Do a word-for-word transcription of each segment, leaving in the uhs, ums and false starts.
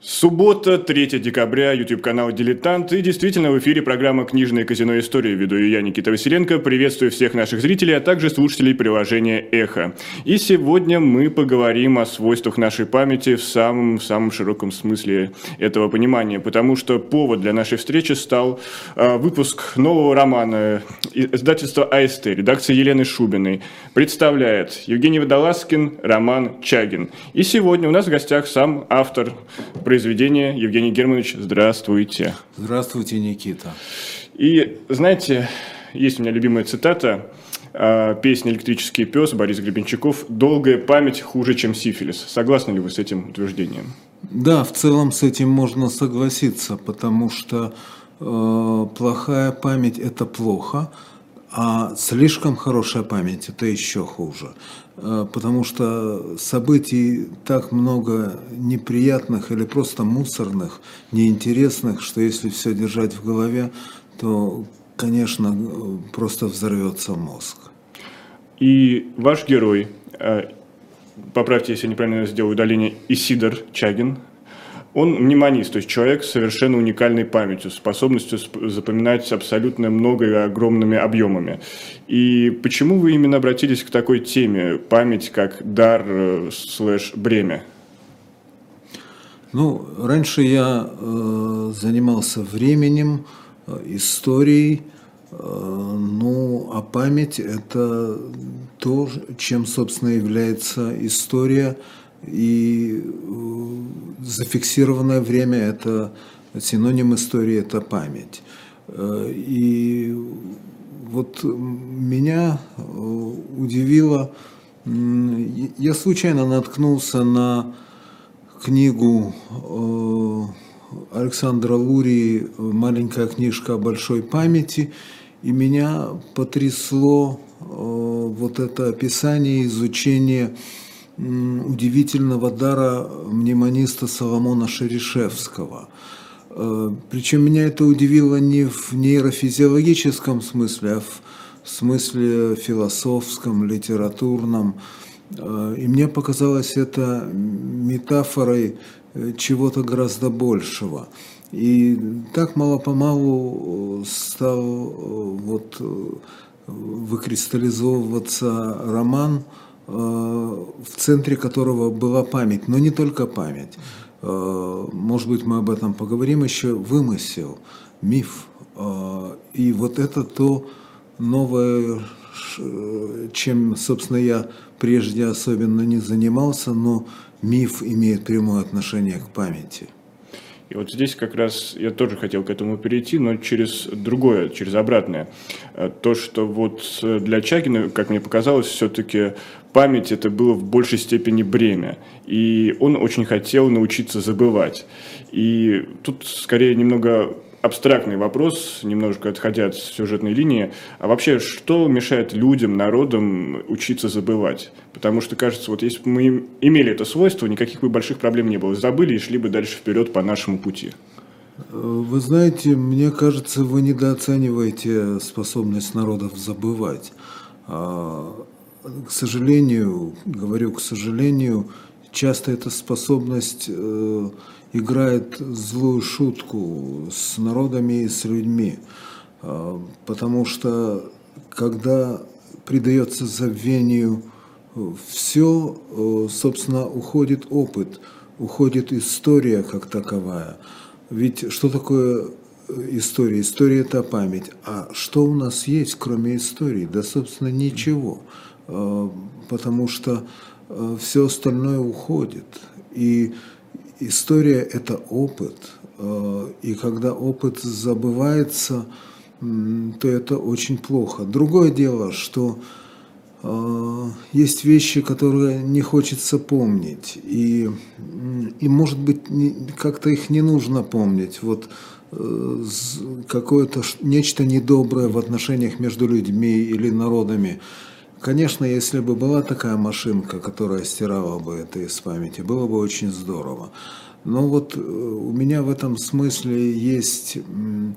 Суббота, третьего декабря, YouTube-канал «Дилетант». И действительно, в эфире программа «Книжное казино. История». Веду ее я, Никита Василенко. Приветствую всех наших зрителей, а также слушателей приложения «Эхо». И сегодня мы поговорим о свойствах нашей памяти в самом, самом широком смысле этого понимания. Потому что повод для нашей встречи стал э, выпуск нового романа издательства АСТ, редакции Елены Шубиной. Представляет Евгений Водолазкин, роман «Чагин». И сегодня у нас в гостях сам автор произведение. Евгений Германович, здравствуйте. Здравствуйте, Никита. И, знаете, есть у меня любимая цитата, песня «Электрический пес», Борис Гребенщиков: «Долгая память хуже, чем сифилис». Согласны ли вы с этим утверждением? Да, в целом с этим можно согласиться, потому что э, плохая память – это плохо, а слишком хорошая память – это еще хуже. Потому что событий так много неприятных или просто мусорных, неинтересных, что если все держать в голове, то, конечно, просто взорвется мозг. И ваш герой, поправьте, если я неправильно сделаю ударение, Исидор Чагин, он мнемонист, то есть человек с совершенно уникальной памятью, способностью запоминать абсолютно много и огромными объемами. И почему вы именно обратились к такой теме, память как дар слэш бремя? Ну, раньше я э, занимался временем, э, историей, э, ну, а память – это то, чем, собственно, является история. И зафиксированное время – это синоним истории, это память. И вот меня удивило, я случайно наткнулся на книгу Александра Лурии «Маленькая книжка о большой памяти», и меня потрясло вот это описание, изучение удивительного дара мнемониста Соломона Шерешевского. Причем меня это удивило не в нейрофизиологическом смысле, а в смысле философском, литературном. И мне показалось это метафорой чего-то гораздо большего. И так мало-помалу стал вот выкристаллизовываться роман, в центре которого была память, но не только память. Может быть, мы об этом поговорим еще. Вымысел, миф. И вот это то новое, чем, собственно, я прежде особенно не занимался, но миф имеет прямое отношение к памяти. И вот здесь как раз я тоже хотел к этому перейти, но через другое, через обратное. То, что вот для Чагина, как мне показалось, все-таки память это было в большей степени бремя. И он очень хотел научиться забывать. И тут скорее немного абстрактный вопрос, немножко отходя от сюжетной линии. А вообще, что мешает людям, народам учиться забывать? Потому что, кажется, вот если бы мы имели это свойство, никаких бы больших проблем не было. Забыли и шли бы дальше вперед по нашему пути. Вы знаете, мне кажется, вы недооцениваете способность народов забывать. К сожалению, говорю к сожалению, часто эта способность играет злую шутку с народами и с людьми. Потому что, когда придается забвению все, собственно, уходит опыт, уходит история как таковая. Ведь что такое история? История – это память. А что у нас есть, кроме истории? Да, собственно, ничего. Потому что все остальное уходит. И история – это опыт. И когда опыт забывается, то это очень плохо. Другое дело, что есть вещи, которые не хочется помнить, и, и может быть, как-то их не нужно помнить. Вот какое-то нечто недоброе в отношениях между людьми или народами. Конечно, если бы была такая машинка, которая стирала бы это из памяти, было бы очень здорово. Но вот у меня в этом смысле есть...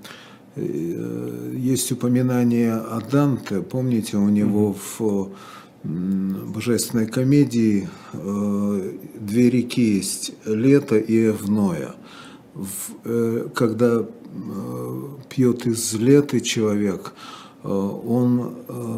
Есть упоминание о Данте, помните, у него в божественной комедии две реки есть, Лето и Эвноя. Когда пьет из Леты человек, он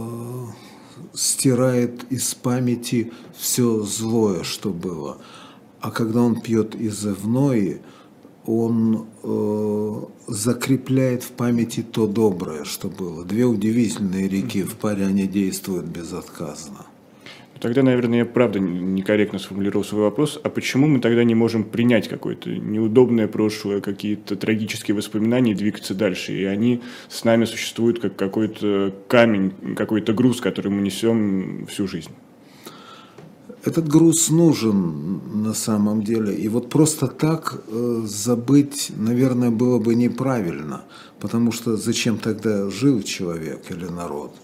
стирает из памяти все злое, что было. А когда он пьет из Эвнои, он э, закрепляет в памяти то доброе, что было. Две удивительные реки, в паре они действуют безотказно. Тогда, наверное, я правда некорректно сформулировал свой вопрос. А почему мы тогда не можем принять какое-то неудобное прошлое, какие-то трагические воспоминания и двигаться дальше? И они с нами существуют как какой-то камень, какой-то груз, который мы несем всю жизнь. Этот груз нужен на самом деле. И вот просто так э, забыть, наверное, было бы неправильно. Потому что зачем тогда жил человек или народ?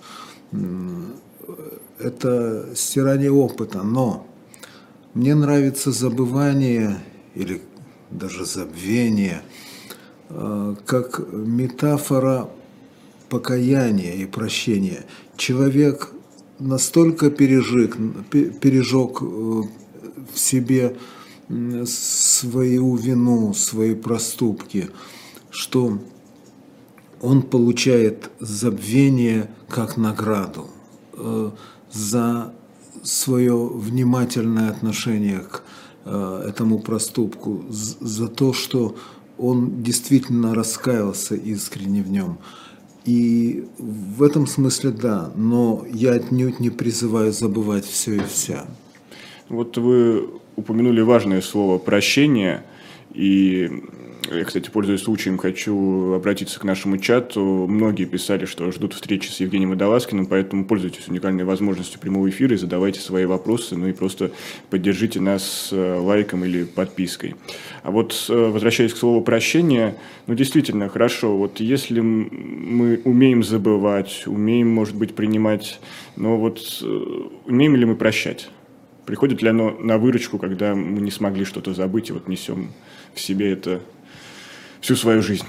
Это стирание опыта. Но мне нравится забывание или даже забвение э, как метафора покаяния и прощения. Человек настолько пережег, пережег в себе свою вину, свои проступки, что он получает забвение как награду за свое внимательное отношение к этому проступку, за то, что он действительно раскаялся искренне в нем. И в этом смысле да, но я отнюдь не призываю забывать все и вся. Вот вы упомянули важное слово «прощение», и я, кстати, пользуясь случаем, хочу обратиться к нашему чату. Многие писали, что ждут встречи с Евгением Водолазкиным, поэтому пользуйтесь уникальной возможностью прямого эфира и задавайте свои вопросы, ну и просто поддержите нас лайком или подпиской. А вот, возвращаясь к слову «прощение», ну, действительно, хорошо, вот если мы умеем забывать, умеем, может быть, принимать, но вот умеем ли мы прощать? Приходит ли оно на выручку, когда мы не смогли что-то забыть и вот несем в себе это всю свою жизнь?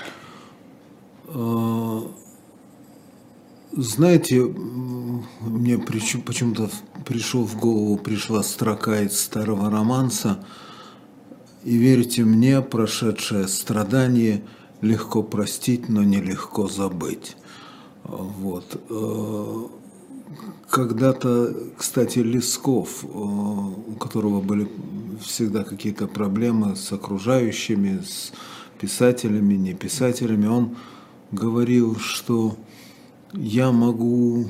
Знаете, мне почему-то пришел в голову, пришла строка из старого романса: «И верьте мне, прошедшее страдание легко простить, но нелегко забыть». Вот. Когда-то, кстати, Лесков, у которого были всегда какие-то проблемы с окружающими, с писателями, не писателями, он говорил, что я могу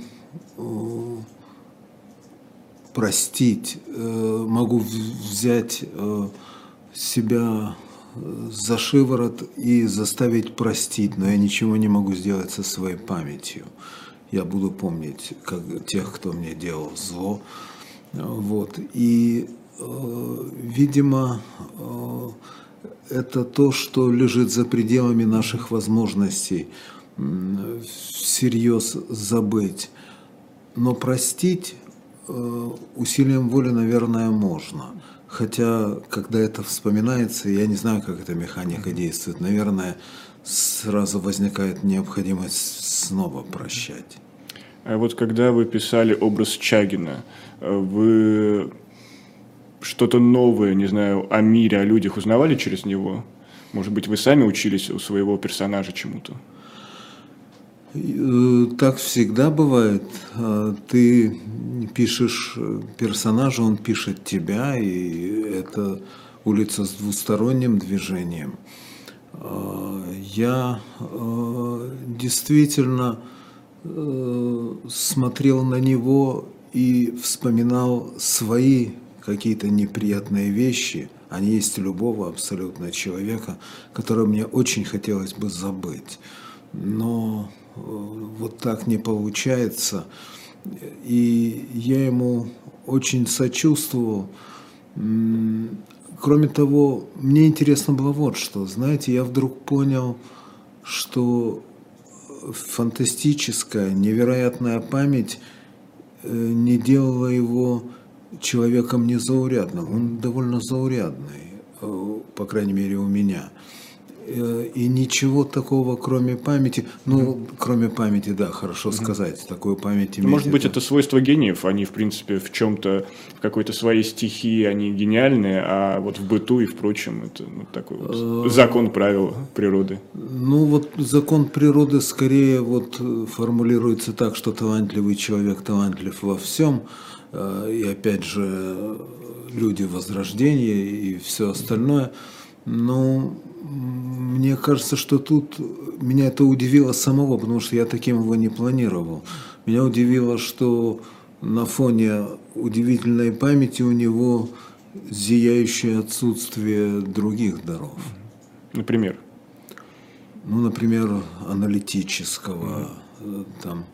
простить, могу взять себя за шиворот и заставить простить, но я ничего не могу сделать со своей памятью. Я буду помнить как тех, кто мне делал зло. Вот. И, э, видимо, э, это то, что лежит за пределами наших возможностей э, всерьез забыть. Но простить э, усилием воли, наверное, можно. Хотя, когда это вспоминается, я не знаю, как эта механика действует, наверное, сразу возникает необходимость снова прощать. А вот когда вы писали образ Чагина, вы что-то новое, не знаю, о мире, о людях узнавали через него? Может быть, вы сами учились у своего персонажа чему-то? Так всегда бывает. Ты пишешь персонажа, он пишет тебя, и это улица с двусторонним движением. Я действительно смотрел на него и вспоминал свои какие-то неприятные вещи. Они есть у любого абсолютно человека, которые мне очень хотелось бы забыть. Но вот так не получается. И я ему очень сочувствовал. Кроме того, мне интересно было вот что. Знаете, я вдруг понял, что фантастическая, невероятная память не делала его человеком незаурядным. Он довольно заурядный, по крайней мере, у меня. и ничего такого, кроме памяти, ну, mm-hmm. кроме памяти, да, хорошо mm-hmm. сказать, такую память иметь. Может быть, это свойство гениев, они, в принципе, в чем-то, в какой-то своей стихии они гениальные, а вот в быту и в прочем это ну, такой вот закон, правила природы. Ну, вот закон природы скорее вот формулируется так, что талантливый человек талантлив во всем, и опять же, люди Возрождения и все остальное, но мне кажется, что тут меня это удивило самого, потому что я таким его не планировал. Меня удивило, что на фоне удивительной памяти у него зияющее отсутствие других даров. Например? Ну, например, аналитического, mm-hmm. там,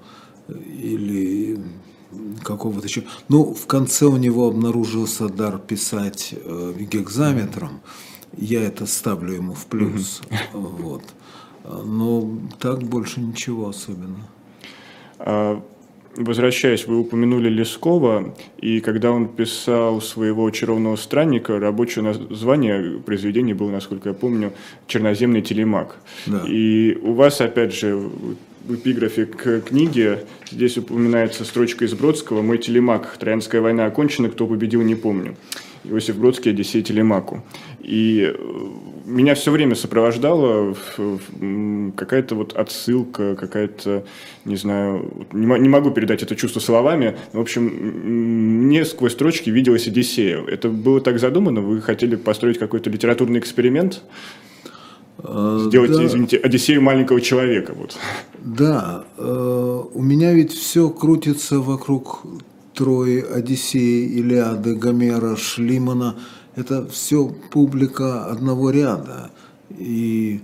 или какого-то еще. Ну, в конце у него обнаружился дар писать э, гекзаметром. Я это ставлю ему в плюс. Mm-hmm. Вот. Но так больше ничего особенного. А, возвращаясь, вы упомянули Лескова, и когда он писал своего «Чаровного странника», рабочее название произведения было, насколько я помню, «Черноземный телемак». Да. И у вас, опять же, в эпиграфе к книге здесь упоминается строчка из Бродского «Мой телемак. Троянская война окончена, кто победил, не помню». Иосиф Бродский «Одиссей Телемаку». И меня все время сопровождала какая-то вот отсылка, какая-то, не знаю, не могу передать это чувство словами. В общем, мне сквозь строчки виделась Одиссея. Это было так задумано? Вы хотели построить какой-то литературный эксперимент? Сделать, да. извините, Одиссею маленького человека. Вот. Да, у меня ведь все крутится вокруг Трои, Одиссеи, Илиады, Гомера, Шлимана. Это все публика одного ряда. И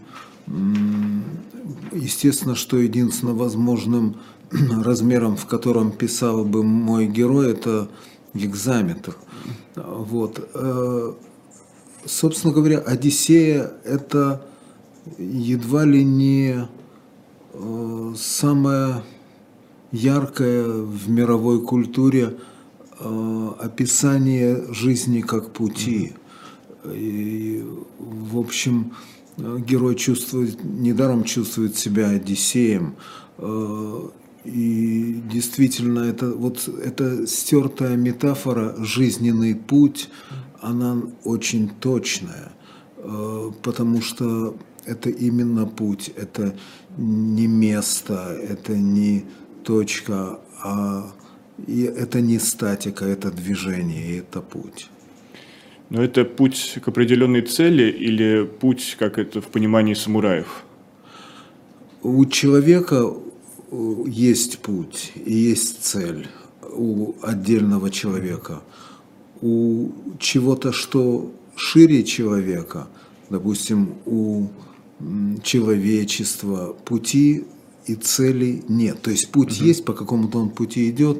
естественно, что единственно возможным размером, в котором писал бы мой герой, это гекзаметр. Вот. Собственно говоря, Одиссея – это едва ли не самое яркое в мировой культуре э, описание жизни как пути. И, в общем, герой чувствует, недаром чувствует себя Одиссеем. Э, и действительно, это, вот, эта стертая метафора «жизненный путь», она очень точная, э, потому что это именно путь, это не место, это не точка, а и это не статика, это движение, и это путь. Но это путь к определенной цели или путь, как это в понимании самураев? У человека есть путь и есть цель, у отдельного человека. У чего-то, что шире человека, допустим, у человечества пути и целей нет. То есть путь uh-huh. есть, по какому-то он пути идет,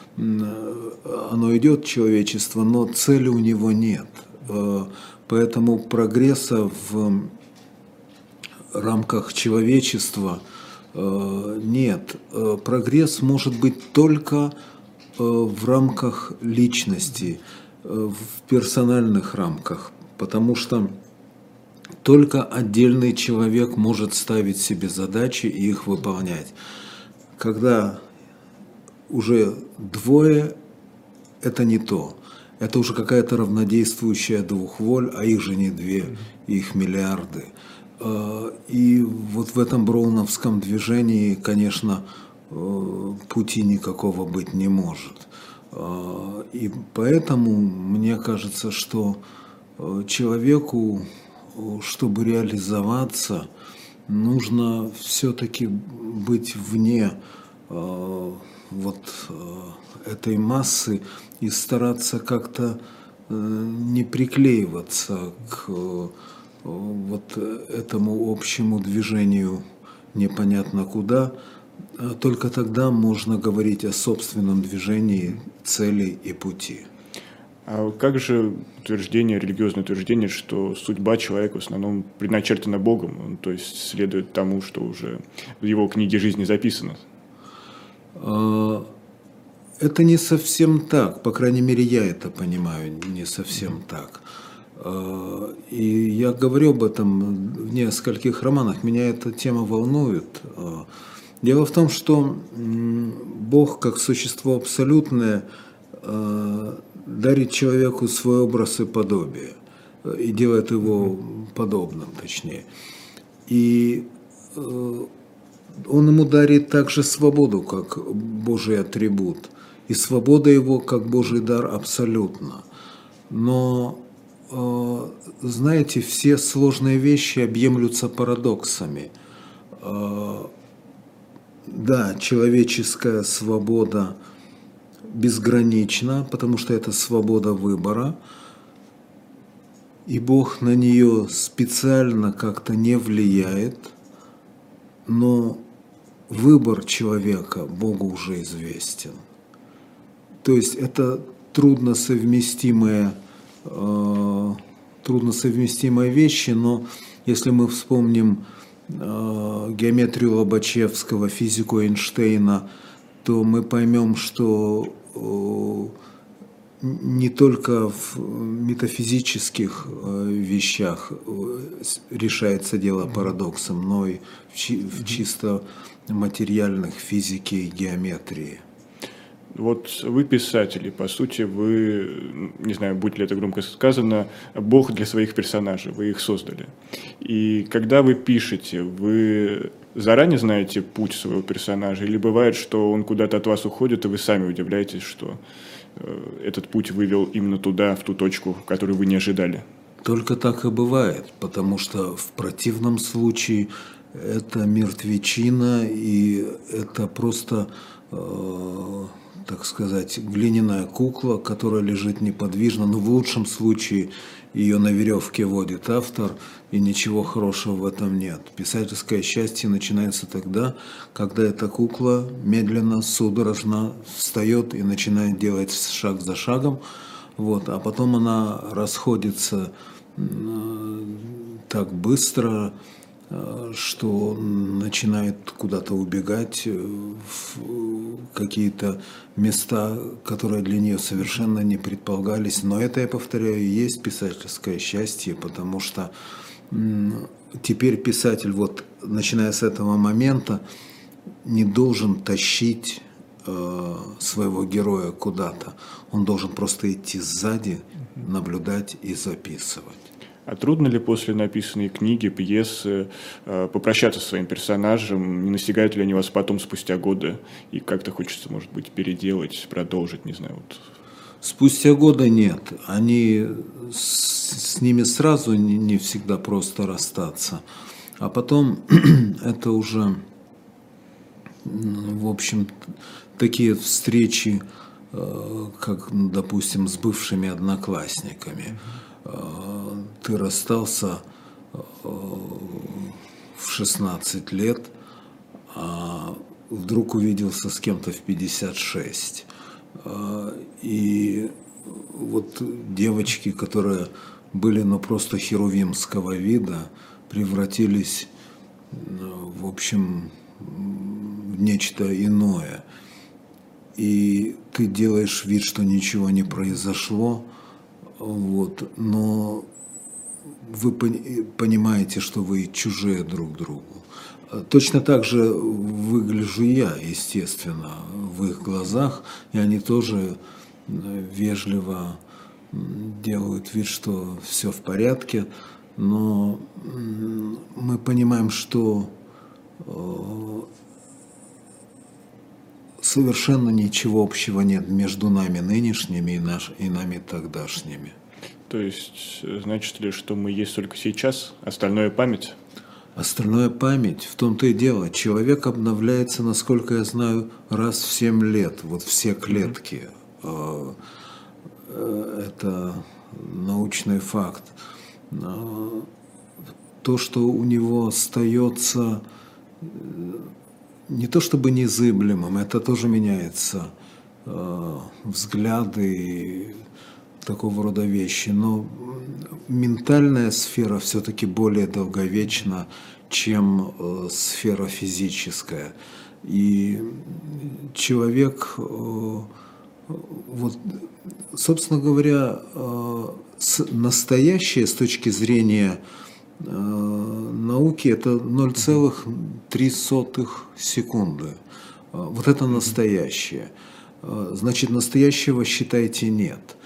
оно идет, человечество, но цели у него нет. Поэтому прогресса в рамках человечества нет. Прогресс может быть только в рамках личности, в персональных рамках, потому что только отдельный человек может ставить себе задачи и их выполнять. Когда уже двое, это не то. Это уже какая-то равнодействующая двухволь, а их же не две, их миллиарды. И вот в этом броуновском движении, конечно, пути никакого быть не может. И поэтому мне кажется, что человеку, чтобы реализоваться, нужно все-таки быть вне э, вот э, этой массы и стараться как-то э, не приклеиваться к э, вот этому общему движению непонятно куда. Только тогда можно говорить о собственном движении, цели и пути. А как же утверждение, религиозное утверждение, что судьба человека в основном предначертана Богом, он, то есть следует тому, что уже в его книге жизни записано? Это не совсем так, по крайней мере, я это понимаю, не совсем так. И я говорю об этом нескольких романах. Меня эта тема волнует. Дело в том, что Бог, как существо абсолютное, дарит человеку свой образ и подобие, и делает его подобным, точнее. И он ему дарит также свободу, как Божий атрибут, и свобода его, как Божий дар, абсолютно. Но, знаете, все сложные вещи объемлются парадоксами. Да, человеческая свобода безгранична, потому что это свобода выбора, и Бог на нее специально как-то не влияет, но выбор человека Богу уже известен. То есть это трудносовместимые, э, трудносовместимые вещи, но если мы вспомним э, геометрию Лобачевского, физику Эйнштейна, то мы поймем, что э, не только в метафизических э, вещах решается дело парадоксом, но и в, чи- в чисто материальных, физике и геометрии. Вот вы писатель, и по сути вы, не знаю, будет ли это громко сказано, Бог для своих персонажей, вы их создали. И когда вы пишете, вы заранее знаете путь своего персонажа, или бывает, что он куда-то от вас уходит, и вы сами удивляетесь, что этот путь вывел именно туда, в ту точку, которую вы не ожидали? Только так и бывает, потому что в противном случае это мертвечина, и это просто, э, так сказать, глиняная кукла, которая лежит неподвижно, но в лучшем случае ее на веревке водит автор, и ничего хорошего в этом нет. Писательское счастье начинается тогда, когда эта кукла медленно, судорожно встает и начинает делать шаг за шагом, вот, а потом она расходится э, так быстро, что начинает куда-то убегать в какие-то места, которые для нее совершенно не предполагались. Но это, я повторяю, и есть писательское счастье, потому что теперь писатель, вот начиная с этого момента, не должен тащить э, своего героя куда-то. Он должен просто идти сзади, наблюдать и записывать. А трудно ли после написанной книги, пьесы э, попрощаться со своим персонажем? Не настигают ли они вас потом, спустя годы? И как-то хочется, может быть, переделать, продолжить, не знаю. Вот. Спустя годы нет. Они с, с ними сразу не, не всегда просто расстаться. А потом это уже, в общем, такие встречи, э, как, допустим, с бывшими одноклассниками. Ты расстался в шестнадцать лет, а вдруг увиделся с кем-то в пятьдесят шесть. И вот девочки, которые были ну, просто херувимского вида, превратились, в общем, в нечто иное. И ты делаешь вид, что ничего не произошло, вот, но вы понимаете, что вы чужие друг другу. Точно так же выгляжу я, естественно, в их глазах, и они тоже вежливо делают вид, что все в порядке, но мы понимаем, что совершенно ничего общего нет между нами нынешними и, наш, и нами тогдашними. То есть, значит ли, что мы есть только сейчас, остальное память? Остальное память, в том-то и дело. Человек обновляется, насколько я знаю, раз в семь лет. Вот все клетки. Mm-hmm. Это научный факт. То, что у него остается не то чтобы незыблемым, это тоже меняется. Взгляды, такого рода вещи, но ментальная сфера все-таки более долговечна, чем э, сфера физическая. И человек, э, вот, собственно говоря, э, с, настоящее с точки зрения э, науки это ноль целых три сотых секунды. Вот это настоящее. Значит, настоящего, считайте, нет.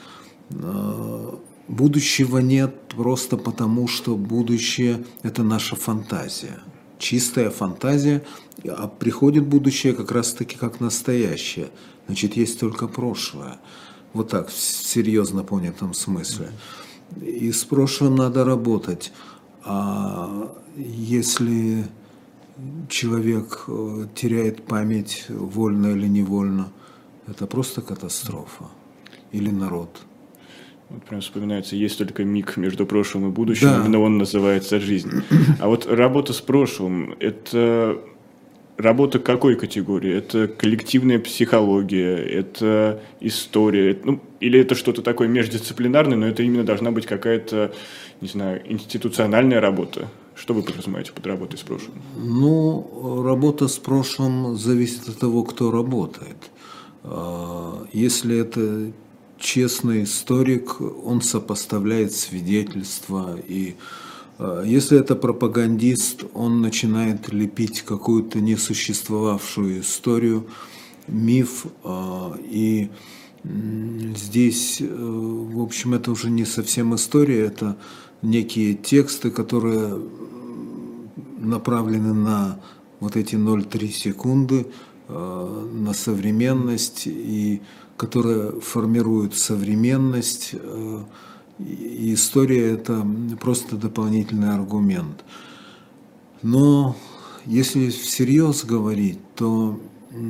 Будущего нет просто потому, что будущее – это наша фантазия. Чистая фантазия, а приходит будущее как раз-таки как настоящее. Значит, есть только прошлое. Вот так, в серьезно понятом смысле. И с прошлым надо работать. А если человек теряет память вольно или невольно, это просто катастрофа. Или народ. Вот прям вспоминается, есть только миг между прошлым и будущим, Да. именно он называется жизнь. А вот работа с прошлым – это работа какой категории? Это коллективная психология, это история, ну, или это что-то такое междисциплинарное, но это именно должна быть какая-то, не знаю, институциональная работа? Что вы подразумеваете под работой с прошлым? Ну, работа с прошлым зависит от того, кто работает. Если это честный историк, он сопоставляет свидетельства, и если это пропагандист, он начинает лепить какую-то несуществовавшую историю, миф, и здесь, в общем, это уже не совсем история, это некие тексты, которые направлены на вот эти ноль целых три секунды, на современность, и которая формирует современность. И история – это просто дополнительный аргумент. Но если всерьез говорить, то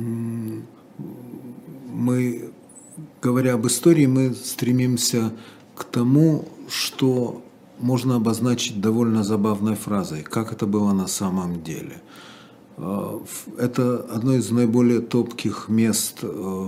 мы, говоря об истории, мы стремимся к тому, что можно обозначить довольно забавной фразой, как это было на самом деле. Это одно из наиболее топких мест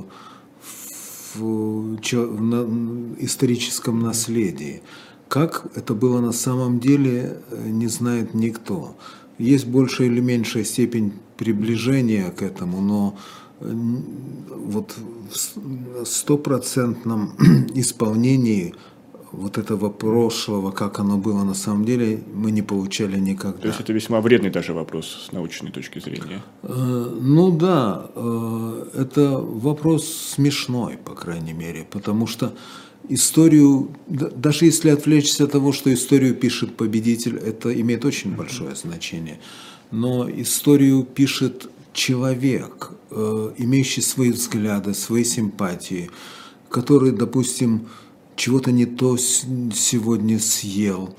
в историческом наследии. Как это было на самом деле, не знает никто. Есть большая или меньшая степень приближения к этому, но вот в стопроцентном исполнении вот этого прошлого, как оно было на самом деле, мы не получали никогда. То есть это весьма вредный даже вопрос с научной точки зрения? Ну да, это вопрос смешной, по крайней мере, потому что историю, даже если отвлечься от того, что историю пишет победитель, это имеет очень большое значение, но историю пишет человек, имеющий свои взгляды, свои симпатии, который, допустим, чего-то не то сегодня съел.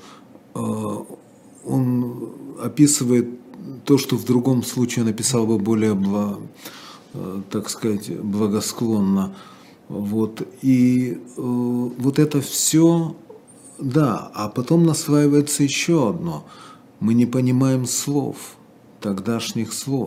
Он описывает то, что в другом случае написал бы более, так сказать, благосклонно. Вот. И вот это все, да, а потом насваивается еще одно. Мы не понимаем слов, тогдашних слов.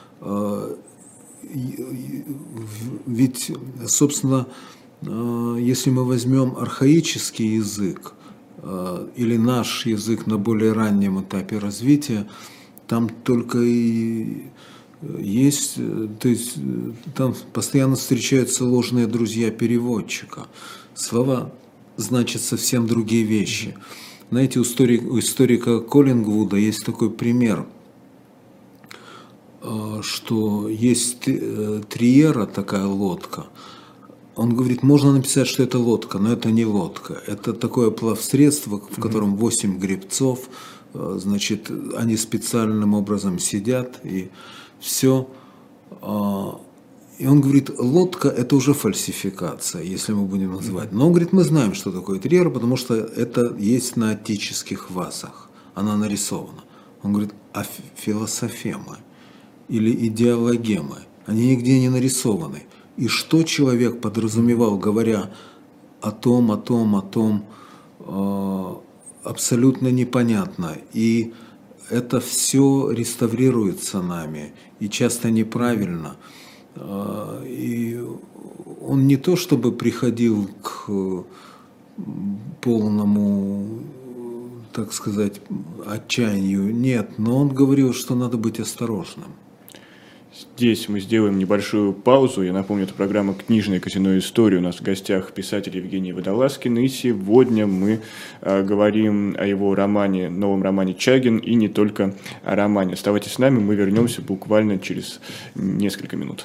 Ведь, собственно, если мы возьмем архаический язык или наш язык на более раннем этапе развития, там только и есть, то есть там постоянно встречаются ложные друзья переводчика. Слова значат совсем другие вещи. Знаете, у историка, у историка Коллингвуда есть такой пример, что есть триера, такая лодка. Он говорит, можно написать, что это лодка, но это не лодка. Это такое плавсредство, в котором восемь гребцов, значит, они специальным образом сидят, и все. И он говорит, лодка – это уже фальсификация, если мы будем называть. Но он говорит, мы знаем, что такое триера, потому что это есть на отеческих вазах, она нарисована. Он говорит, а философемы или идеологемы, они нигде не нарисованы. И что человек подразумевал, говоря о том, о том, о том, э, абсолютно непонятно. И это все реставрируется нами, и часто неправильно. Э, и он не то чтобы приходил к полному, так сказать, отчаянию, нет, но он говорил, что надо быть осторожным. здесь мы сделаем небольшую паузу. Я напомню, это программа «Книжная казино История». У нас в гостях писатель Евгений Водолазкин. И сегодня мы э, говорим о его романе, новом романе «Чагин», и не только о романе. Оставайтесь с нами, мы вернемся буквально через несколько минут.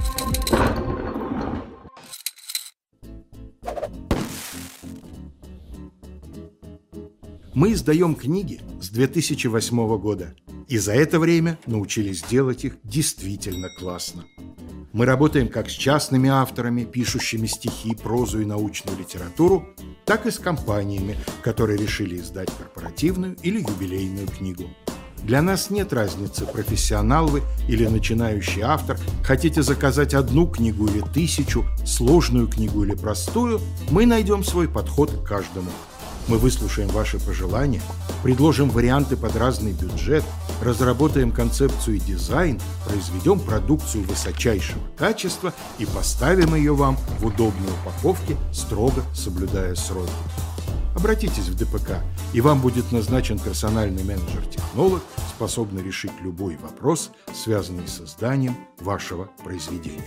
Мы издаем книги с две тысячи восьмого года, и за это время научились делать их действительно классно. Мы работаем как с частными авторами, пишущими стихи, прозу и научную литературу, так и с компаниями, которые решили издать корпоративную или юбилейную книгу. Для нас нет разницы, профессионал вы или начинающий автор. Хотите заказать одну книгу или тысячу, сложную книгу или простую, мы найдем свой подход к каждому. Мы выслушаем ваши пожелания, предложим варианты под разный бюджет, разработаем концепцию и дизайн, произведем продукцию высочайшего качества и поставим ее вам в удобной упаковке, строго соблюдая сроки. Обратитесь в ДПК, и вам будет назначен персональный менеджер-технолог, способный решить любой вопрос, связанный с созданием вашего произведения.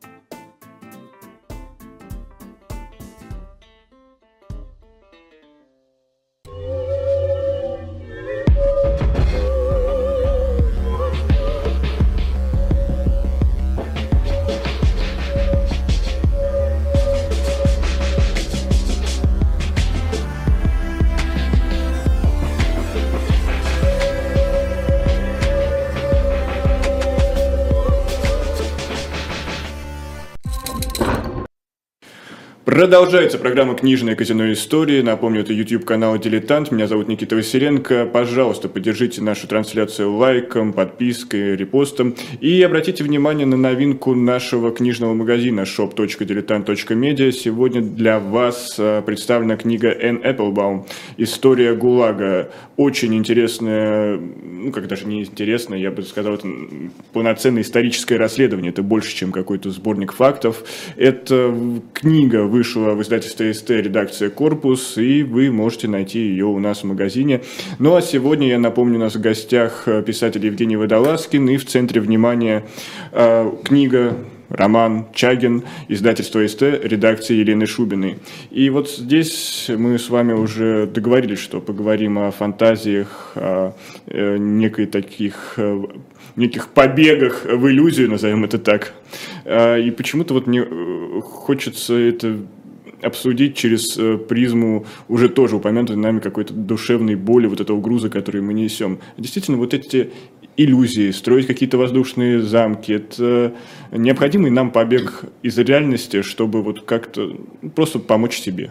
Продолжается программа «Книжная казино Истории». Напомню, это YouTube-канал «Дилетант». Меня зовут Никита Василенко. Пожалуйста, поддержите нашу трансляцию лайком, подпиской, репостом. И обратите внимание на новинку нашего книжного магазина шоп точка дилетант точка медиа. Сегодня для вас представлена книга Энн Эпплбаум «История ГУЛАГа». Очень интересная, ну как даже не интересная, я бы сказал, это полноценное историческое расследование. Это больше, чем какой-то сборник фактов. Это книга вышла в издательстве СТ, редакция «Корпус», и вы можете найти ее у нас в магазине. Ну а сегодня, я напомню, у нас в гостях писатель Евгений Водолазкин, и в центре внимания э, книга, роман «Чагин», издательство СТ, редакции Елены Шубиной. И вот здесь мы с вами уже договорились, что поговорим о фантазиях, о э, некой таких... Э, неких побегах в иллюзию, назовем это так. И почему-то вот мне хочется это обсудить через призму уже тоже упомянутой нами какой-то душевной боли, вот этого груза, который мы несем. Действительно, вот эти иллюзии, строить какие-то воздушные замки, это необходимый нам побег из реальности, чтобы вот как-то просто помочь себе.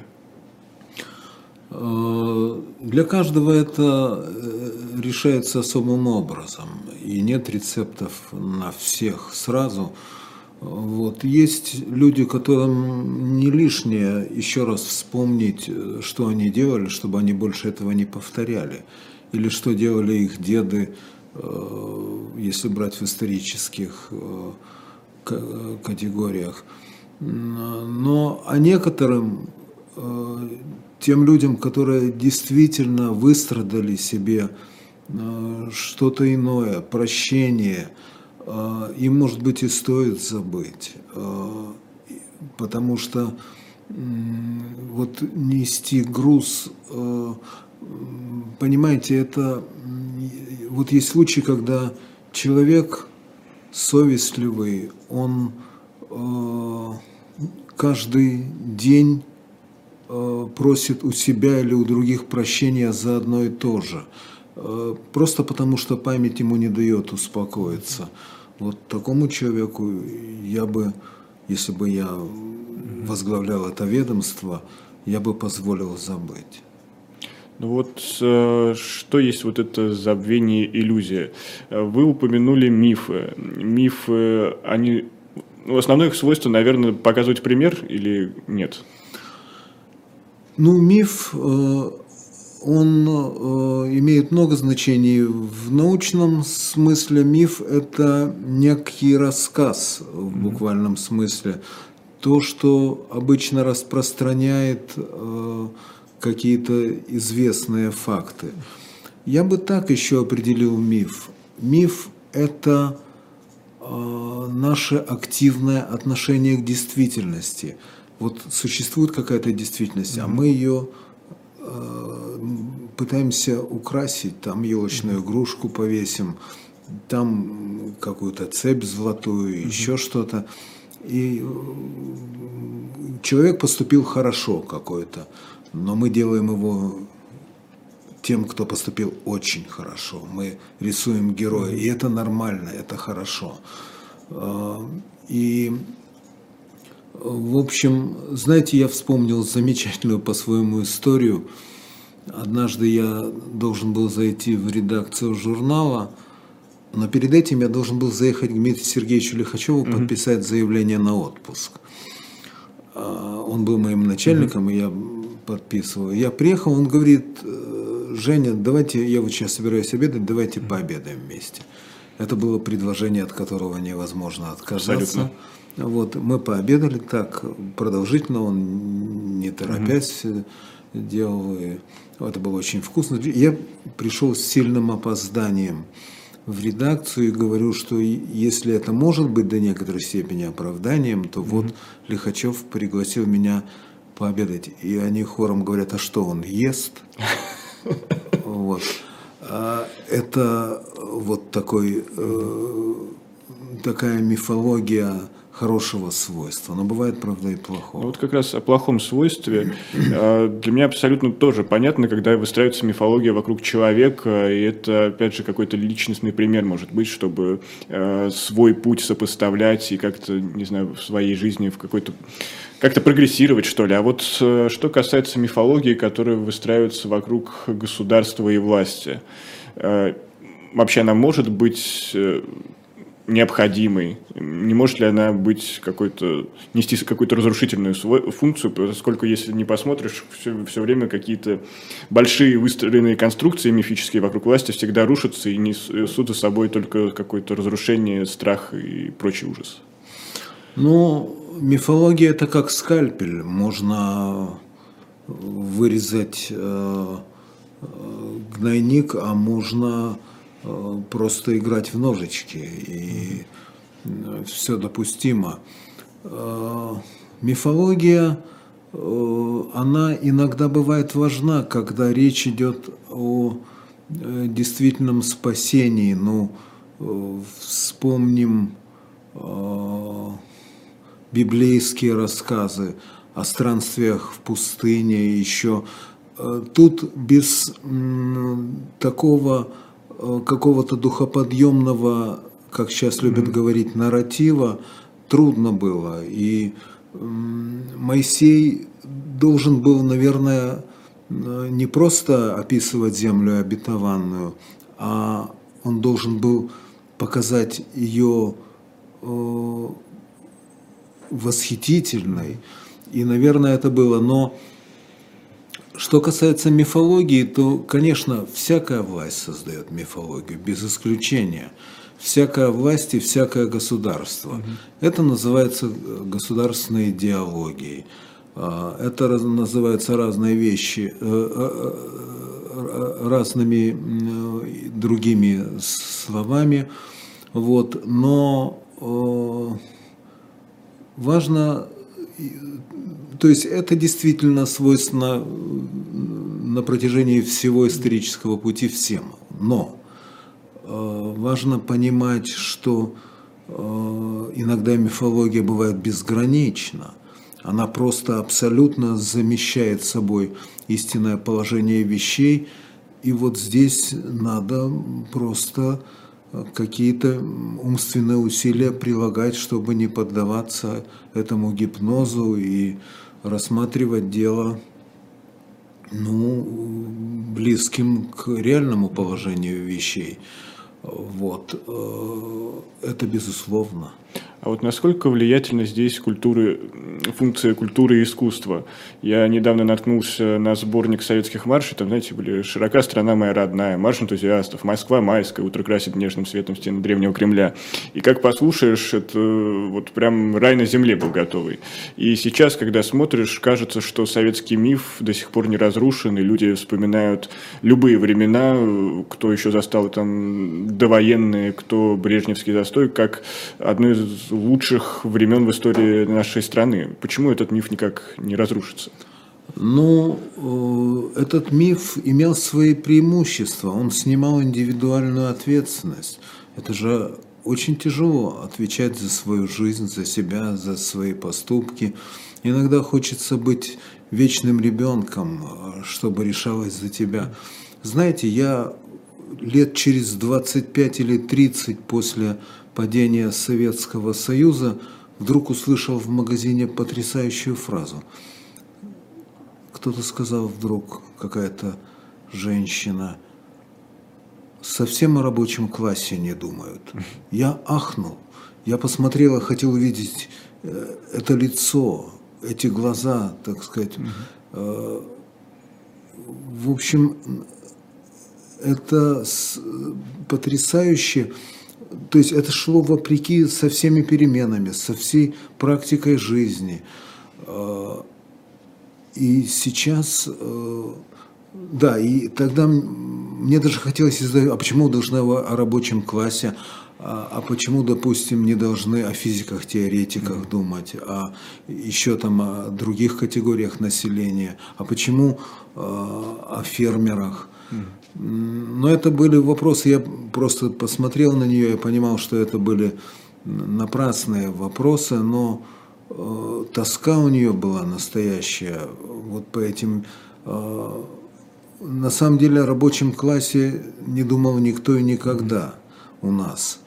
Для каждого это решается особым образом, и нет рецептов на всех сразу. Вот. Есть люди, которым не лишнее еще раз вспомнить, что они делали, чтобы они больше этого не повторяли, или что делали их деды, если брать в исторических категориях. Но а некоторым, тем людям, которые действительно выстрадали себе что-то иное, прощение, им, может быть, и стоит забыть, потому что вот нести груз, понимаете, это вот есть случаи, когда человек совестливый, он каждый день просит у себя или у других прощения за одно и то же, просто потому что память ему не дает успокоиться. Вот такому человеку я бы, если бы я возглавлял это ведомство, я бы позволил забыть. Ну вот что есть вот это забвение, иллюзия? Вы упомянули мифы. Мифы, они, ну, основное их свойство, наверное, показывать пример или нет? Ну, миф, он имеет много значений. В научном смысле миф – это некий рассказ в буквальном смысле. То, что обычно распространяет какие-то известные факты. Я бы так еще определил миф. Миф – это наше активное отношение к действительности. Вот существует какая-то действительность, mm-hmm. а мы ее э, пытаемся украсить, там елочную mm-hmm. игрушку повесим, там какую-то цепь золотую, mm-hmm. еще что-то. И человек поступил хорошо какой-то, но мы делаем его тем, кто поступил очень хорошо. Мы рисуем героя, и это нормально, это хорошо. И, в общем, знаете, я вспомнил замечательную по-своему историю. Однажды я должен был зайти в редакцию журнала, но перед этим я должен был заехать к Дмитрию Сергеевичу Лихачеву, mm-hmm. подписать заявление на отпуск. Он был моим начальником, mm-hmm. и я подписывал. Я приехал, он говорит: Женя, давайте, я вот сейчас собираюсь обедать, давайте mm-hmm. пообедаем вместе. Это было предложение, от которого невозможно отказаться. Абсолютно. Вот, мы пообедали так продолжительно, он не торопясь mm-hmm. делал. И это было очень вкусно. Я пришел с сильным опозданием в редакцию и говорю, что если это может быть до некоторой степени оправданием, то mm-hmm. вот Лихачев пригласил меня пообедать. И они хором говорят: а что, он ест? Вот. Это вот такой, такая мифология хорошего свойства. Но бывает, правда, и плохого. Вот как раз о плохом свойстве для меня абсолютно тоже понятно, когда выстраивается мифология вокруг человека, и это, опять же, какой-то личностный пример может быть, чтобы свой путь сопоставлять и как-то, не знаю, в своей жизни в какой-то как-то прогрессировать, что ли. А вот что касается мифологии, которая выстраивается вокруг государства и власти, вообще она может быть необходимой? Не может ли она быть какой-то, нести какую-то разрушительную функцию, поскольку если не посмотришь, все, все время какие-то большие выстроенные конструкции мифические вокруг власти всегда рушатся и несут за собой только какое-то разрушение, страх и прочий ужас. Ну, мифология – это как скальпель. Можно вырезать э, гнойник, а можно э, просто играть в ножички, и э, все допустимо. Э, мифология, э, она иногда бывает важна, когда речь идет о э, действительном спасении. Ну, э, вспомним э, библейские рассказы о странствиях в пустыне, еще. Тут без такого какого-то духоподъемного, как сейчас любят mm-hmm. говорить, нарратива трудно было. И Моисей должен был, наверное, не просто описывать землю обетованную, а он должен был показать ее восхитительной. И, наверное, это было. Но что касается мифологии, то, конечно, всякая власть создает мифологию, без исключения. Всякая власть и всякое государство. Угу. Это называется государственной идеологией. Это называются разные вещи, разными другими словами. Вот. Но важно, то есть это действительно свойственно на протяжении всего исторического пути всем. Но э, важно понимать, что э, иногда мифология бывает безгранична. Она просто абсолютно замещает собой истинное положение вещей. И вот здесь надо просто какие-то умственные усилия прилагать, чтобы не поддаваться этому гипнозу и рассматривать дело, ну, близким к реальному положению вещей. Вот. Это безусловно. А вот насколько влиятельна здесь культура, функция культуры и искусства? Я недавно наткнулся на сборник советских маршей, там, знаете, были «Широка страна моя родная», «Марш энтузиастов», «Москва майская», «Утро красит нежным светом стены древнего Кремля». И как послушаешь, это вот прям рай на земле был готовый. И сейчас, когда смотришь, кажется, что советский миф до сих пор не разрушен, и люди вспоминают любые времена, кто еще застал там довоенные, кто брежневский застой, как одно из лучших времен в истории нашей страны. Почему этот миф никак не разрушится? Ну, этот миф имел свои преимущества. Он снимал индивидуальную ответственность. Это же очень тяжело отвечать за свою жизнь, за себя, за свои поступки. Иногда хочется быть вечным ребенком, чтобы решалось за тебя. Знаете, я лет через двадцать пять или тридцать после падения Советского Союза вдруг услышал в магазине потрясающую фразу. Кто-то сказал вдруг, какая-то женщина: совсем о рабочем классе не думают. Я ахнул. Я посмотрел, хотел увидеть это лицо, эти глаза, так сказать. В общем, это потрясающе. То есть это шло вопреки со всеми переменами, со всей практикой жизни. И сейчас, да, и тогда мне даже хотелось задать, а почему должны о рабочем классе, а, а почему, допустим, не должны о физиках, теоретиках mm-hmm. думать, а еще там о других категориях населения, а почему о фермерах. Mm-hmm. Но это были вопросы, я просто посмотрел на нее и понимал, что это были напрасные вопросы, но э, тоска у нее была настоящая. Вот по этим... Э, на самом деле о рабочем классе не думал никто и никогда у нас.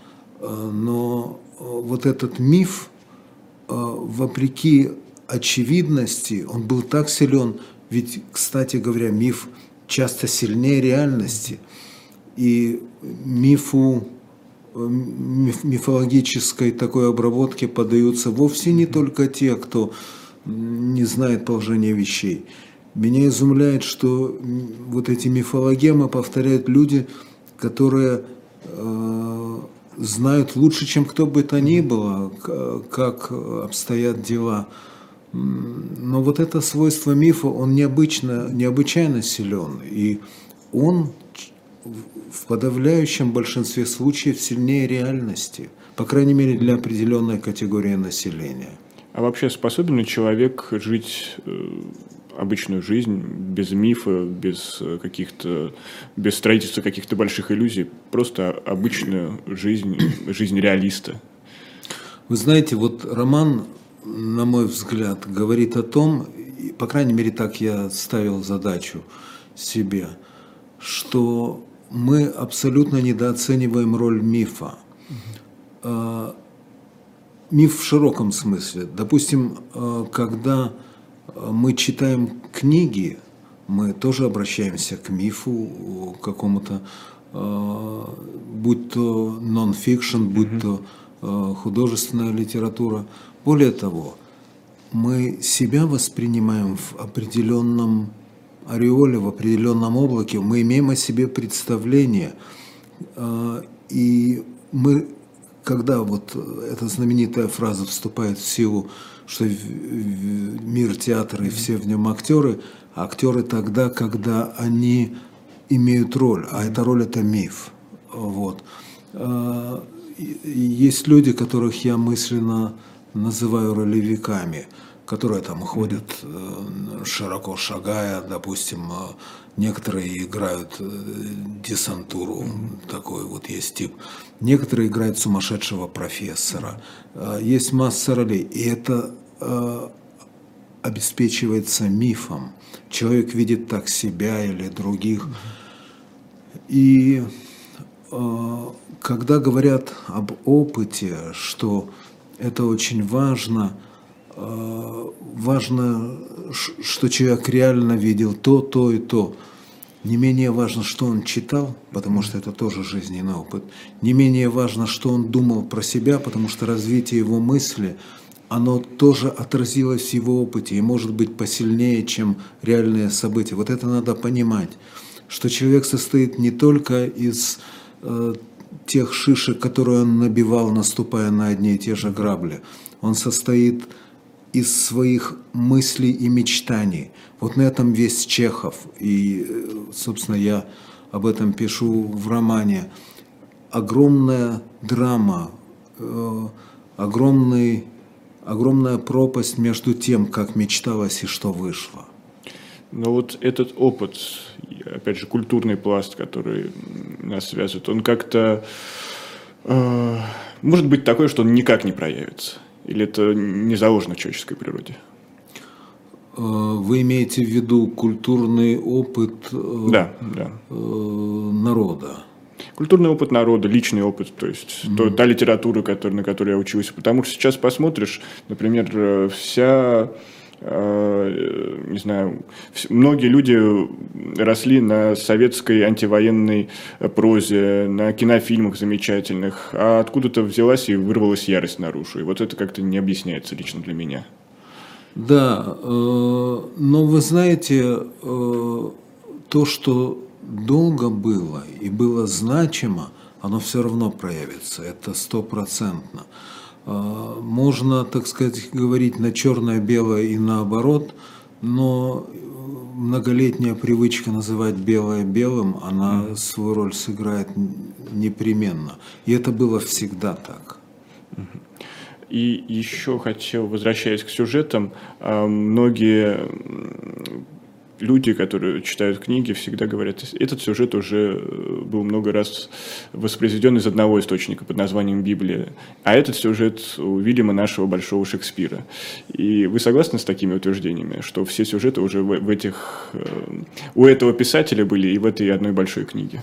Но вот этот миф, вопреки очевидности, он был так силен, ведь, кстати говоря, миф часто сильнее реальности. И мифу, миф, мифологической такой обработке поддаются вовсе не только те, кто не знает положения вещей. Меня изумляет, что вот эти мифологемы повторяют люди, которые э, знают лучше, чем кто бы то ни было, как обстоят дела. Но вот это свойство мифа, он необычно, необычайно силен, и он в подавляющем большинстве случаев сильнее реальности, по крайней мере для определенной категории населения. А вообще способен ли человек жить обычную жизнь без мифа, без каких-то, без строительства каких-то больших иллюзий, просто обычную жизнь, жизнь реалиста? Вы знаете, вот роман, на мой взгляд, говорит о том, по крайней мере так я ставил задачу себе, что мы абсолютно недооцениваем роль мифа. Mm-hmm. Миф в широком смысле. Допустим, когда мы читаем книги, мы тоже обращаемся к мифу какому-то, будь то нон-фикшн, будь то художественная литература. Более того, мы себя воспринимаем в определенном ореоле, в определенном облаке, мы имеем о себе представление. И мы, когда вот эта знаменитая фраза вступает в силу, что мир театра и все в нем актеры, а актеры тогда, когда они имеют роль, а эта роль – это миф. Вот. Есть люди, которых я мысленно называю ролевиками, которые там ходят, широко шагая, допустим, некоторые играют десантуру, такой вот есть тип, некоторые играют сумасшедшего профессора, есть масса ролей, и это обеспечивается мифом. Человек видит так себя или других. И когда говорят об опыте, что это очень важно, важно, что человек реально видел то, то и то. Не менее важно, что он читал, потому что это тоже жизненный опыт. Не менее важно, что он думал про себя, потому что развитие его мысли, оно тоже отразилось в его опыте и может быть посильнее, чем реальные события. Вот это надо понимать, что человек состоит не только из э, тех шишек, которые он набивал, наступая на одни и те же грабли. Он состоит из своих мыслей и мечтаний. Вот на этом весь Чехов. И, собственно, я об этом пишу в романе. Огромная драма, э, огромный, огромная пропасть между тем, как мечталось и что вышло. Но вот этот опыт, опять же, культурный пласт, который нас связывает, он как-то э, может быть такой, что он никак не проявится? Или это не заложено в человеческой природе? Вы имеете в виду культурный опыт да, да. народа? Культурный опыт народа, личный опыт, то есть mm-hmm. то, та литература, который, на которой я учился. Потому что сейчас посмотришь, например, вся... не знаю, многие люди росли на советской антивоенной прозе, на кинофильмах замечательных, а откуда-то взялась и вырвалась ярость наружу. И вот это как-то не объясняется лично для меня. Да, но вы знаете, то, что долго было и было значимо, оно все равно проявится, это стопроцентно. Можно, так сказать, говорить на черное-белое и наоборот, но многолетняя привычка называть белое белым, она mm-hmm. свою роль сыграет непременно. И это было всегда так. Mm-hmm. И еще хотел, возвращаясь к сюжетам, многие люди, которые читают книги, всегда говорят, этот сюжет уже был много раз воспроизведен из одного источника под названием Библия, а этот сюжет у Вильяма нашего большого Шекспира. И вы согласны с такими утверждениями, что все сюжеты уже в, в этих, у этого писателя были и в этой одной большой книге?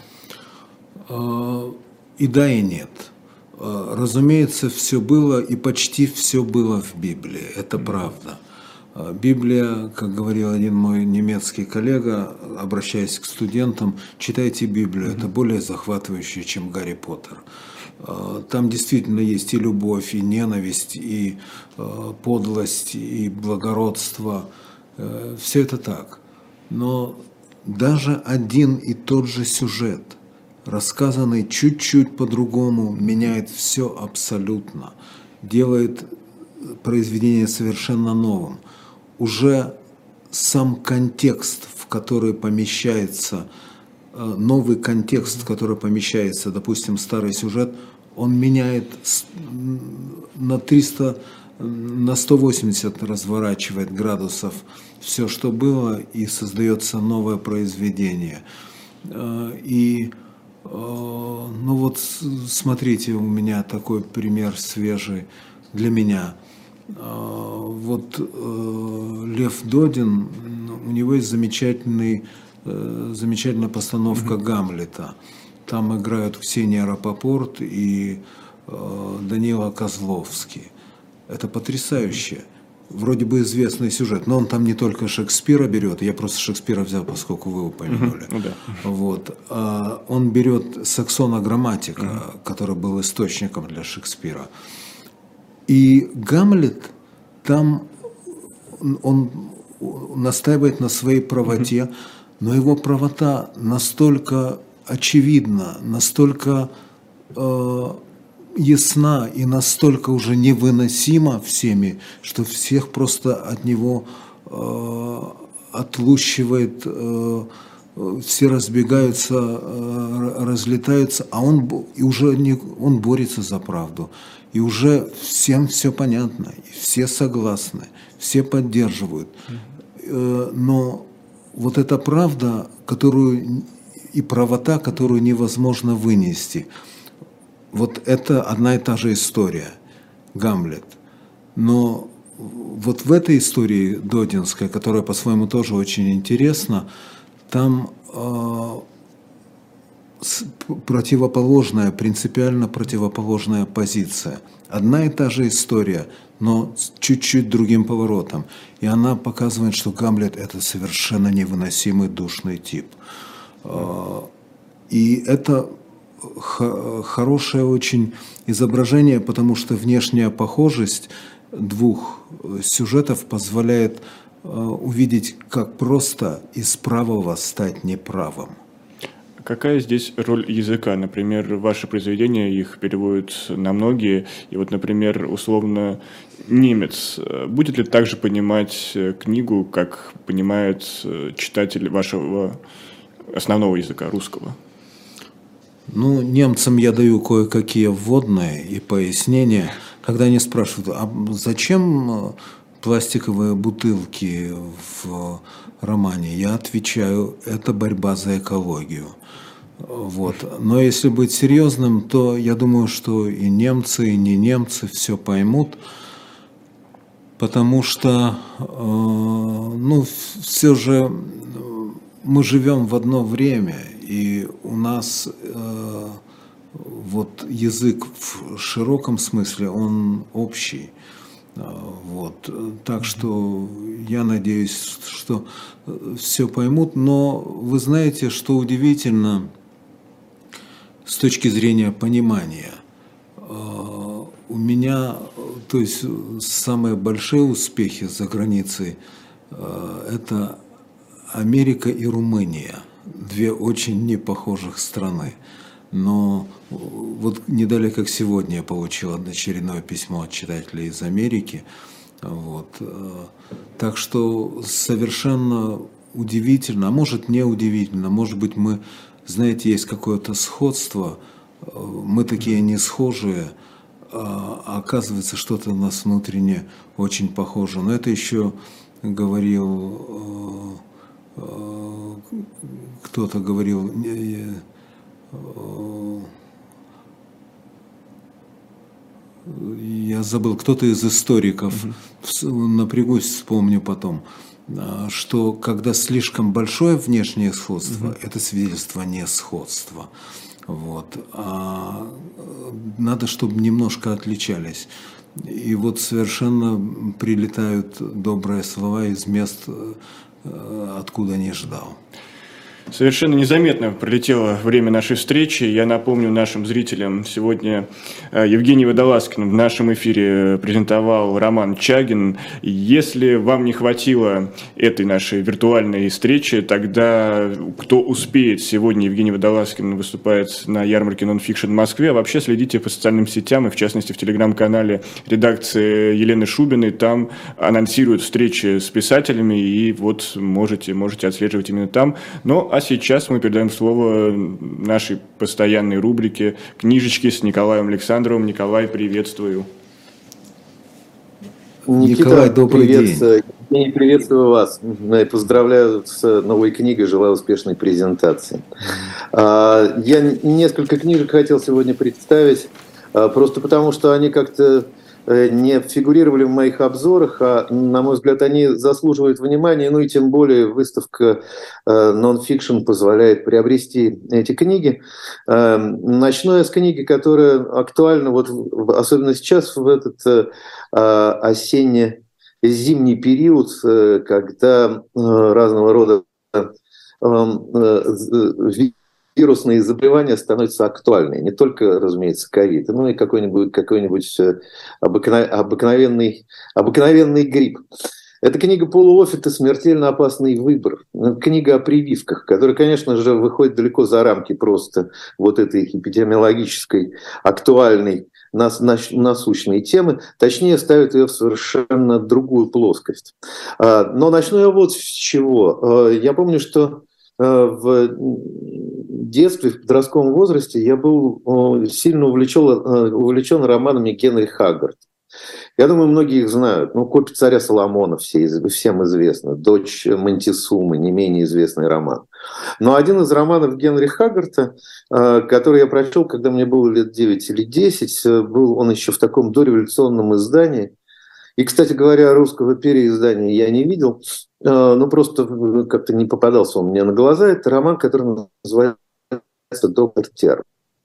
И да, и нет. Разумеется, все было, и почти все было в Библии, это правда. Библия, как говорил один мой немецкий коллега, обращаясь к студентам, читайте Библию, это более захватывающе, чем Гарри Поттер. Там действительно есть и любовь, и ненависть, и подлость, и благородство. Все это так. Но даже один и тот же сюжет, рассказанный чуть-чуть по-другому, меняет все абсолютно, делает произведение совершенно новым. Уже сам контекст, в который помещается, новый контекст, в который помещается, допустим, старый сюжет, он меняет на триста, на сто восемьдесят разворачивает градусов все, что было, и создается новое произведение. И, ну вот, смотрите, у меня такой пример свежий для меня. Вот Лев Додин, у него есть замечательный, замечательная постановка mm-hmm. Гамлета. Там играют Ксения Рапопорт и Данила Козловский. Это потрясающе. Вроде бы известный сюжет, но он там не только Шекспира берет, я просто Шекспира взял, поскольку вы упомянули. Mm-hmm. Mm-hmm. Вот. А он берет Саксона Грамматика, mm-hmm. который был источником для Шекспира. И Гамлет там, он настаивает на своей правоте, mm-hmm. но его правота настолько очевидна, настолько э, ясна и настолько уже невыносима всеми, что всех просто от него э, отлущивает, э, все разбегаются, э, разлетаются, а он, и уже не, он борется за правду. И уже всем все понятно, все согласны, все поддерживают. Mm-hmm. Но вот эта правда, которую и правота, которую невозможно вынести, вот это одна и та же история, Гамлет. Но вот в этой истории додинской, которая по-своему тоже очень интересна, там э, противоположная, принципиально противоположная позиция. Одна и та же история, но с чуть-чуть другим поворотом. И она показывает, что Гамлет – это совершенно невыносимый душный тип. И это хорошее очень изображение, потому что внешняя похожесть двух сюжетов позволяет увидеть, как просто из правого стать неправым. Какая здесь роль языка? Например, ваши произведения, их переводят на многие, и вот, например, условно, немец будет ли так же понимать книгу, как понимает читатель вашего основного языка, русского? Ну, немцам я даю кое-какие вводные и пояснения, когда они спрашивают, а зачем пластиковые бутылки в романе? Я отвечаю, это борьба за экологию. Вот. Но если быть серьезным, то я думаю, что и немцы, и не немцы все поймут, потому что, э, ну, все же мы живем в одно время, и у нас э, вот язык в широком смысле, он общий. Вот. Так что я надеюсь, что все поймут, но вы знаете, что удивительно с точки зрения понимания. У меня, то есть самые большие успехи за границей – это Америка и Румыния, две очень непохожих страны. Но вот не далее, как сегодня, я получил очередное письмо от читателей из Америки. Вот. Так что совершенно удивительно, а может не удивительно, может быть мы, знаете, есть какое-то сходство, мы такие не схожие, а оказывается что-то у нас внутренне очень похоже. Но это еще говорил, кто-то говорил, я забыл, кто-то из историков, mm-hmm. напрягусь, вспомню потом, что когда слишком большое внешнее сходство, mm-hmm. это свидетельство несходства. Вот. А надо, чтобы немножко отличались. И вот совершенно прилетают добрые слова из мест, откуда не ждал. Совершенно незаметно пролетело время нашей встречи. Я напомню нашим зрителям, сегодня Евгений Водолазкин в нашем эфире презентовал роман «Чагин». Если вам не хватило этой нашей виртуальной встречи, тогда кто успеет, сегодня Евгений Водолазкин выступает на ярмарке «Нонфикшн» в Москве, а вообще следите по социальным сетям и в частности в телеграм-канале редакции Елены Шубиной. Там анонсируют встречи с писателями, и вот можете, можете отслеживать именно там. Но А сейчас мы передаем слово нашей постоянной рубрике «Книжечки» с Николаем Александровым. Николай, приветствую. Никита, Николай, добрый привет, день. Приветствую вас. Поздравляю с новой книгой, желаю успешной презентации. Я несколько книжек хотел сегодня представить, просто потому что они как-то не фигурировали в моих обзорах, а, на мой взгляд, они заслуживают внимания, ну и тем более выставка «Нонфикшн» позволяет приобрести эти книги. Начну я с книги, которая актуальна, вот, особенно сейчас, в этот осенне-зимний период, когда разного рода вирусные заболевания становятся актуальны. Не только, разумеется, ковид, но и какой-нибудь, какой-нибудь обыкновенный, обыкновенный грипп. Это книга Пола Оффета «Смертельно опасный выбор». Книга о прививках, которая, конечно же, выходит далеко за рамки просто вот этой эпидемиологической, актуальной, насущной темы. Точнее, ставит ее в совершенно другую плоскость. Но начну я вот с чего. Я помню, что в детстве, в подростковом возрасте я был сильно увлечен, увлечен романами Генри Хаггард. Я думаю, многие их знают. Ну, «Копия царя Соломона» все, всем известно. «Дочь Монтесумы», не менее известный роман. Но один из романов Генри Хаггарда, который я прочел, когда мне было лет девять или десять, был он еще в таком дореволюционном издании. И, кстати говоря, русского переиздания я не видел, ну просто как-то не попадался он мне на глаза. Это роман, который называется «Доктор Терн».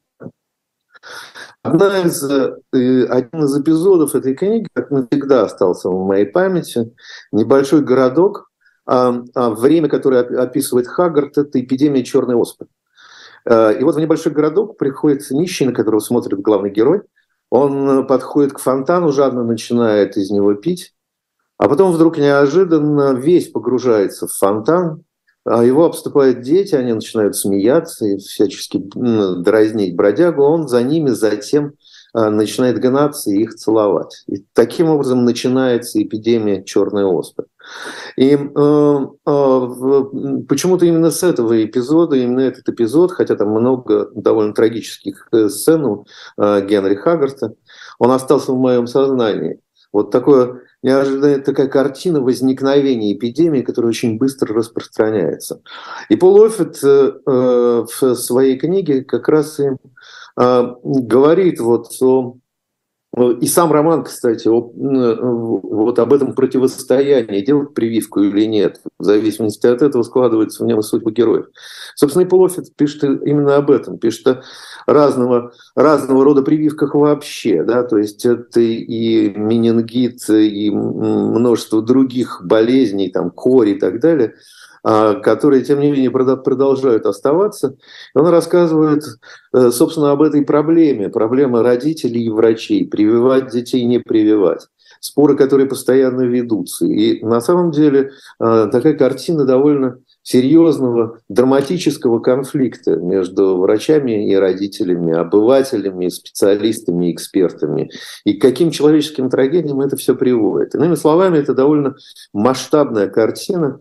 Одна из, один из эпизодов этой книги, как навсегда остался в моей памяти, небольшой городок, время, которое описывает Хаггард, это эпидемия черной оспы. И вот в небольшой городок приходит нищий, на которого смотрит главный герой. Он подходит к фонтану, жадно начинает из него пить, а потом вдруг неожиданно весь погружается в фонтан, а его обступают дети, они начинают смеяться и всячески дразнить бродягу, он за ними затем начинает гнаться и их целовать. И таким образом начинается эпидемия черной оспы. И э, э, почему-то именно с этого эпизода, именно этот эпизод, хотя там много довольно трагических сцен у э, Генри Хаггарта, он остался в моем сознании. Вот такое, неожиданная такая картина возникновения эпидемии, которая очень быстро распространяется. И Пол Оффет э, в своей книге как раз и э, говорит вот о... И сам роман, кстати, о, вот об этом противостоянии, делать прививку или нет, в зависимости от этого складывается в нем и судьба героев. Собственно, и Пол Оффет пишет именно об этом, пишет о разного, разного рода прививках вообще, да, то есть это и менингит, и множество других болезней, там, кори и так далее, которые, тем не менее, продолжают оставаться. Он рассказывает, собственно, об этой проблеме, проблема родителей и врачей, прививать детей, не прививать. Споры, которые постоянно ведутся. И на самом деле такая картина довольно серьезного драматического конфликта между врачами и родителями, обывателями, специалистами, экспертами. И к каким человеческим трагедиям это все приводит. Иными словами, это довольно масштабная картина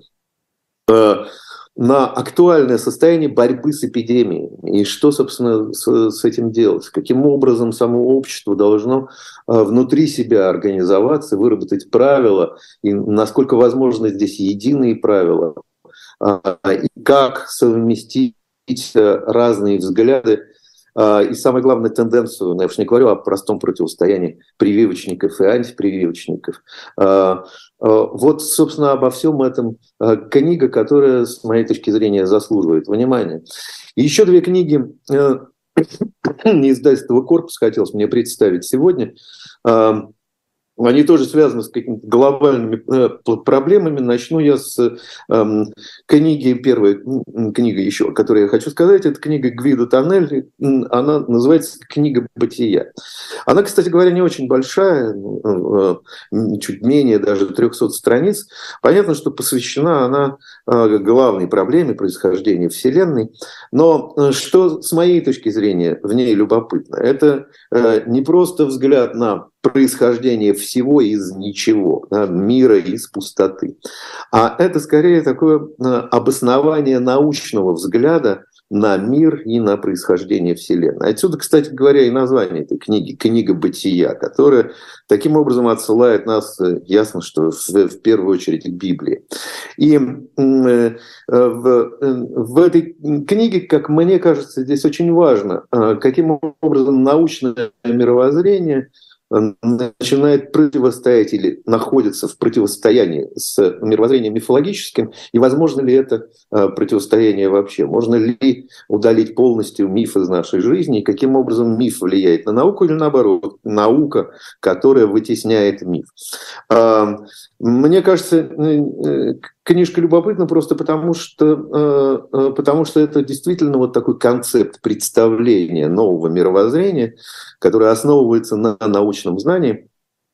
на актуальное состояние борьбы с эпидемией. И что, собственно, с, с этим делать? Каким образом само общество должно внутри себя организоваться, выработать правила, и насколько возможно здесь единые правила, и как совместить разные взгляды, и самое главное, тенденцию, я уж не говорю о простом противостоянии прививочников и антипрививочников. Вот, собственно, обо всем этом книга, которая, с моей точки зрения, заслуживает внимания. И еще две книги издательства «Корпус» хотелось мне представить сегодня. Они тоже связаны с какими-то глобальными проблемами. Начну я с э, книги, первой книга еще, которую я хочу сказать, это книга Гвидо Тоннелли, она называется «Книга бытия». Она, кстати говоря, не очень большая, чуть менее даже трехсот страниц. Понятно, что посвящена она главной проблеме происхождения Вселенной. Но что, с моей точки зрения, в ней любопытно, это не просто взгляд на происхождение всего из ничего, да, мира из пустоты. А это скорее такое обоснование научного взгляда на мир и на происхождение Вселенной. Отсюда, кстати говоря, и название этой книги «Книга бытия», которая таким образом отсылает нас, ясно, что в, в первую очередь к Библии. И э, в, в этой книге, как мне кажется, здесь очень важно, каким образом научное мировоззрение начинает противостоять или находится в противостоянии с мировоззрением мифологическим, и возможно ли это противостояние вообще? Можно ли удалить полностью миф из нашей жизни, и каким образом миф влияет на науку или наоборот, наука, которая вытесняет миф? Мне кажется, книжка любопытна просто потому, что, потому что это действительно вот такой концепт представления нового мировоззрения, которое основывается на научном знании.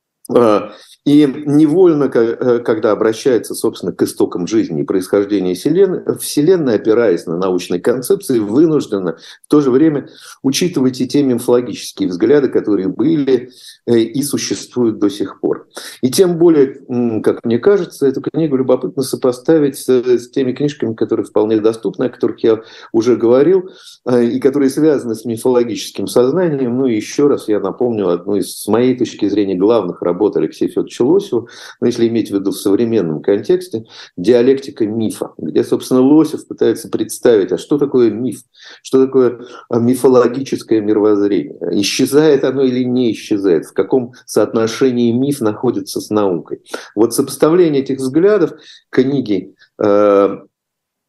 И невольно, когда обращается, собственно, к истокам жизни и происхождения Вселенной, Вселенная, опираясь на научные концепции, вынуждена в то же время учитывать и те мифологические взгляды, которые были и существуют до сих пор. И тем более, как мне кажется, эту книгу любопытно сопоставить с, с теми книжками, которые вполне доступны, о которых я уже говорил, и которые связаны с мифологическим сознанием. Ну и еще раз я напомню одну из, с моей точки зрения, главных работ Алексея Федоровича Лосева, ну, если иметь в виду в современном контексте, «Диалектика мифа», где, собственно, Лосев пытается представить, а что такое миф, что такое мифологическое мировоззрение, исчезает оно или не исчезает, в каком соотношении миф находится с наукой. Вот сопоставление этих взглядов книги э,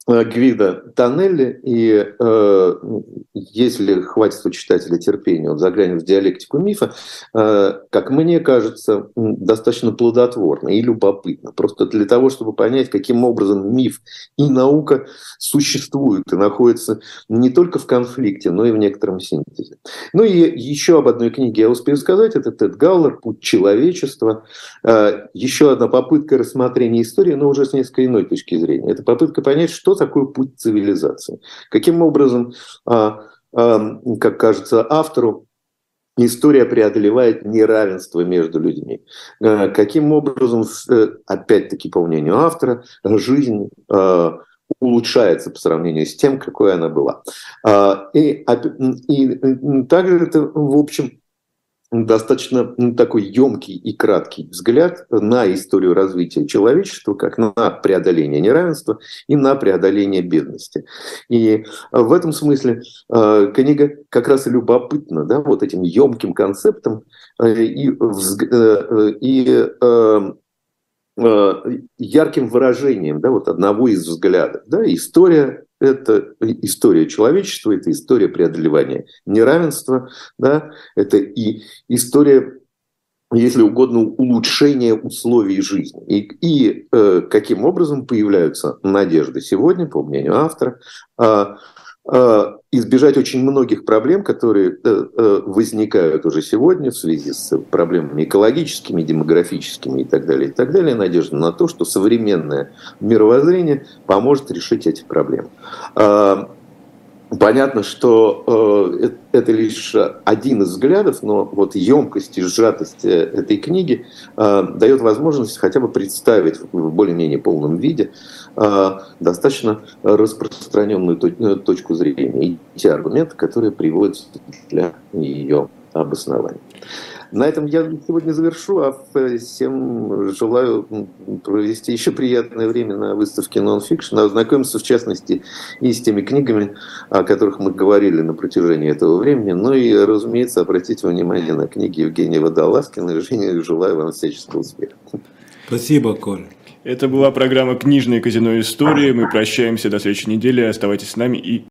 Гвидо Тоннелли, и э, если хватит у читателя терпения, он заглянет в диалектику мифа, э, как мне кажется, достаточно плодотворно и любопытно. Просто для того, чтобы понять, каким образом миф и наука существуют и находятся не только в конфликте, но и в некотором синтезе. Ну и еще об одной книге я успею сказать, это Тед Галлер «Путь человечества». Э, еще одна попытка рассмотрения истории, но уже с несколько иной точки зрения. Это попытка понять, что такой путь цивилизации. Каким образом, как кажется автору, история преодолевает неравенство между людьми. Каким образом, опять-таки по мнению автора, жизнь улучшается по сравнению с тем, какой она была. И, и также это, в общем, достаточно такой емкий и краткий взгляд на историю развития человечества, как на преодоление неравенства и на преодоление бедности. И в этом смысле книга как раз и любопытна, да, вот этим емким концептом и, и ярким выражением, да, вот одного из взглядов. Да, история – это история человечества, это история преодолевания неравенства, да, это и история, если угодно, улучшения условий жизни. И, и э, каким образом появляются надежды сегодня, по мнению автора, э, э, избежать очень многих проблем, которые э, э, возникают уже сегодня в связи с проблемами экологическими, демографическими и так далее, и так далее. Надежда на то, что современное мировоззрение поможет решить эти проблемы. Э, Понятно, что э, это лишь один из взглядов, но вот емкость и сжатость этой книги э, дает возможность хотя бы представить в более-менее полном виде э, достаточно распространенную точку зрения и те аргументы, которые приводятся для ее обоснования. На этом я сегодня завершу, а всем желаю провести еще приятное время на выставке Non-Fiction, ознакомиться в частности и с теми книгами, о которых мы говорили на протяжении этого времени, ну и, разумеется, обратите внимание на книги Евгения Водолазкина. И, Женя, желаю вам всяческого успеха. Спасибо, Коль. Это была программа «Книжное казино Истории». Мы прощаемся до следующей недели. Оставайтесь с нами и